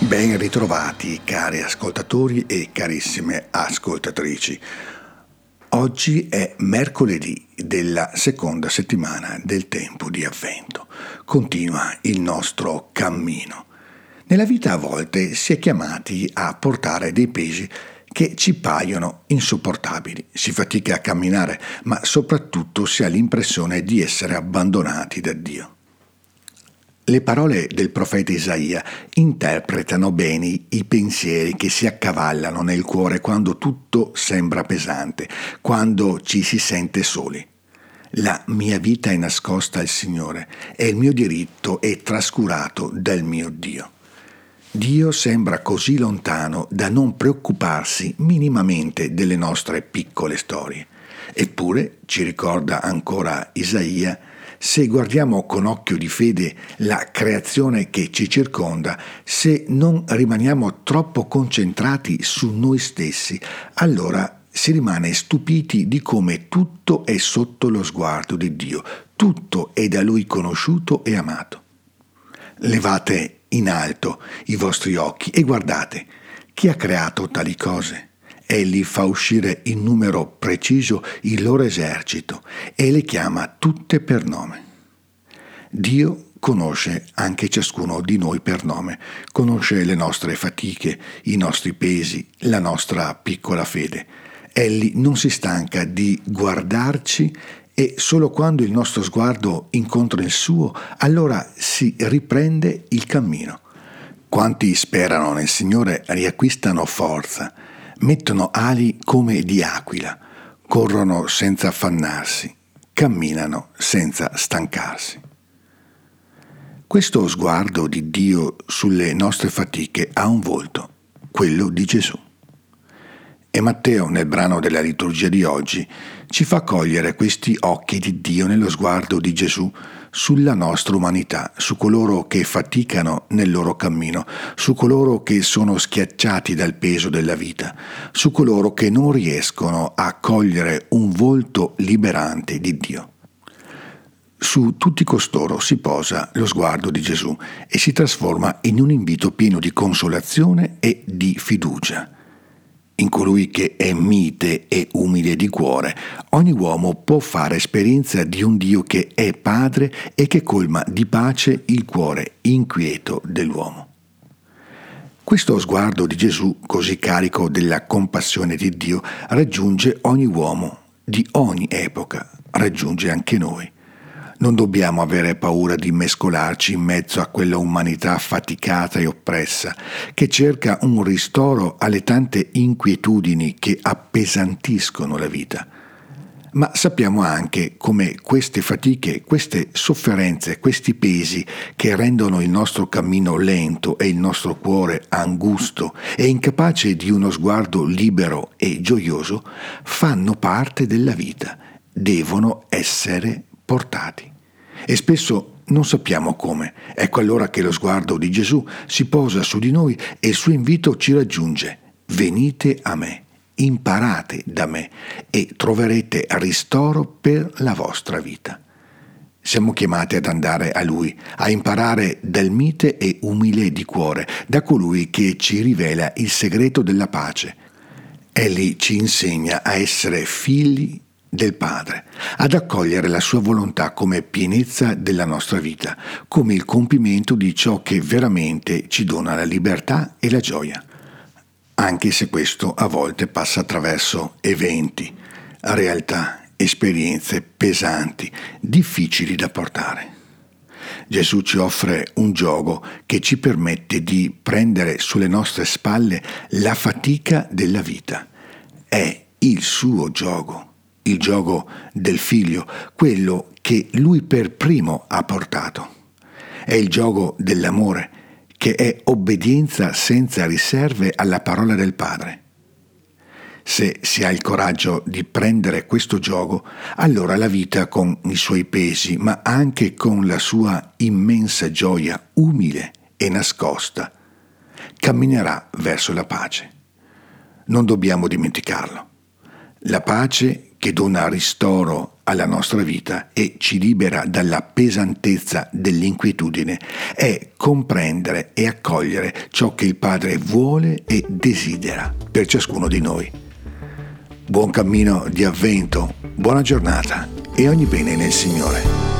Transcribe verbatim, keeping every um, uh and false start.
Ben ritrovati cari ascoltatori e carissime ascoltatrici. Oggi è mercoledì della seconda settimana del tempo di Avvento. Continua il nostro cammino. Nella vita a volte si è chiamati a portare dei pesi che ci paiono insopportabili. Si fatica a camminare, ma soprattutto si ha l'impressione di essere abbandonati da Dio. Le parole del profeta Isaia interpretano bene i pensieri che si accavallano nel cuore quando tutto sembra pesante, quando ci si sente soli. La mia vita è nascosta al Signore e il mio diritto è trascurato dal mio Dio. Dio sembra così lontano da non preoccuparsi minimamente delle nostre piccole storie. Eppure, ci ricorda ancora Isaia, se guardiamo con occhio di fede la creazione che ci circonda, se non rimaniamo troppo concentrati su noi stessi, allora si rimane stupiti di come tutto è sotto lo sguardo di Dio, tutto è da Lui conosciuto e amato. Levate in alto i vostri occhi e guardate, chi ha creato tali cose? Egli fa uscire in numero preciso il loro esercito e le chiama tutte per nome. Dio conosce anche ciascuno di noi per nome, conosce le nostre fatiche, i nostri pesi, la nostra piccola fede. Egli non si stanca di guardarci e solo quando il nostro sguardo incontra il suo, allora si riprende il cammino. Quanti sperano nel Signore riacquistano forza, mettono ali come di aquila, corrono senza affannarsi, camminano senza stancarsi. Questo sguardo di Dio sulle nostre fatiche ha un volto, quello di Gesù. E Matteo, nel brano della liturgia di oggi, ci fa cogliere questi occhi di Dio nello sguardo di Gesù sulla nostra umanità, su coloro che faticano nel loro cammino, su coloro che sono schiacciati dal peso della vita, su coloro che non riescono a cogliere un volto liberante di Dio. Su tutti costoro si posa lo sguardo di Gesù e si trasforma in un invito pieno di consolazione e di fiducia. In colui che è mite e umile di cuore, ogni uomo può fare esperienza di un Dio che è Padre e che colma di pace il cuore inquieto dell'uomo. Questo sguardo di Gesù, così carico della compassione di Dio, raggiunge ogni uomo di ogni epoca, raggiunge anche noi. Non dobbiamo avere paura di mescolarci in mezzo a quella umanità affaticata e oppressa, che cerca un ristoro alle tante inquietudini che appesantiscono la vita. Ma sappiamo anche come queste fatiche, queste sofferenze, questi pesi che rendono il nostro cammino lento e il nostro cuore angusto e incapace di uno sguardo libero e gioioso, fanno parte della vita, devono essere portati. E spesso non sappiamo come. Ecco allora che lo sguardo di Gesù si posa su di noi e il suo invito ci raggiunge. Venite a me, imparate da me e troverete ristoro per la vostra vita. Siamo chiamati ad andare a Lui, a imparare dal mite e umile di cuore, da colui che ci rivela il segreto della pace. Egli ci insegna a essere figli del Padre, ad accogliere la sua volontà come pienezza della nostra vita, come il compimento di ciò che veramente ci dona la libertà e la gioia, anche se questo a volte passa attraverso eventi, realtà, esperienze pesanti, difficili da portare. Gesù ci offre un giogo che ci permette di prendere sulle nostre spalle la fatica della vita. È il suo giogo. Il gioco del figlio, quello che lui per primo ha portato. È il gioco dell'amore, che è obbedienza senza riserve alla parola del Padre. Se si ha il coraggio di prendere questo gioco, allora la vita con i suoi pesi, ma anche con la sua immensa gioia umile e nascosta, camminerà verso la pace. Non dobbiamo dimenticarlo. La pace che dona ristoro alla nostra vita e ci libera dalla pesantezza dell'inquietudine è comprendere e accogliere ciò che il Padre vuole e desidera per ciascuno di noi. Buon cammino di avvento, buona giornata e ogni bene nel Signore.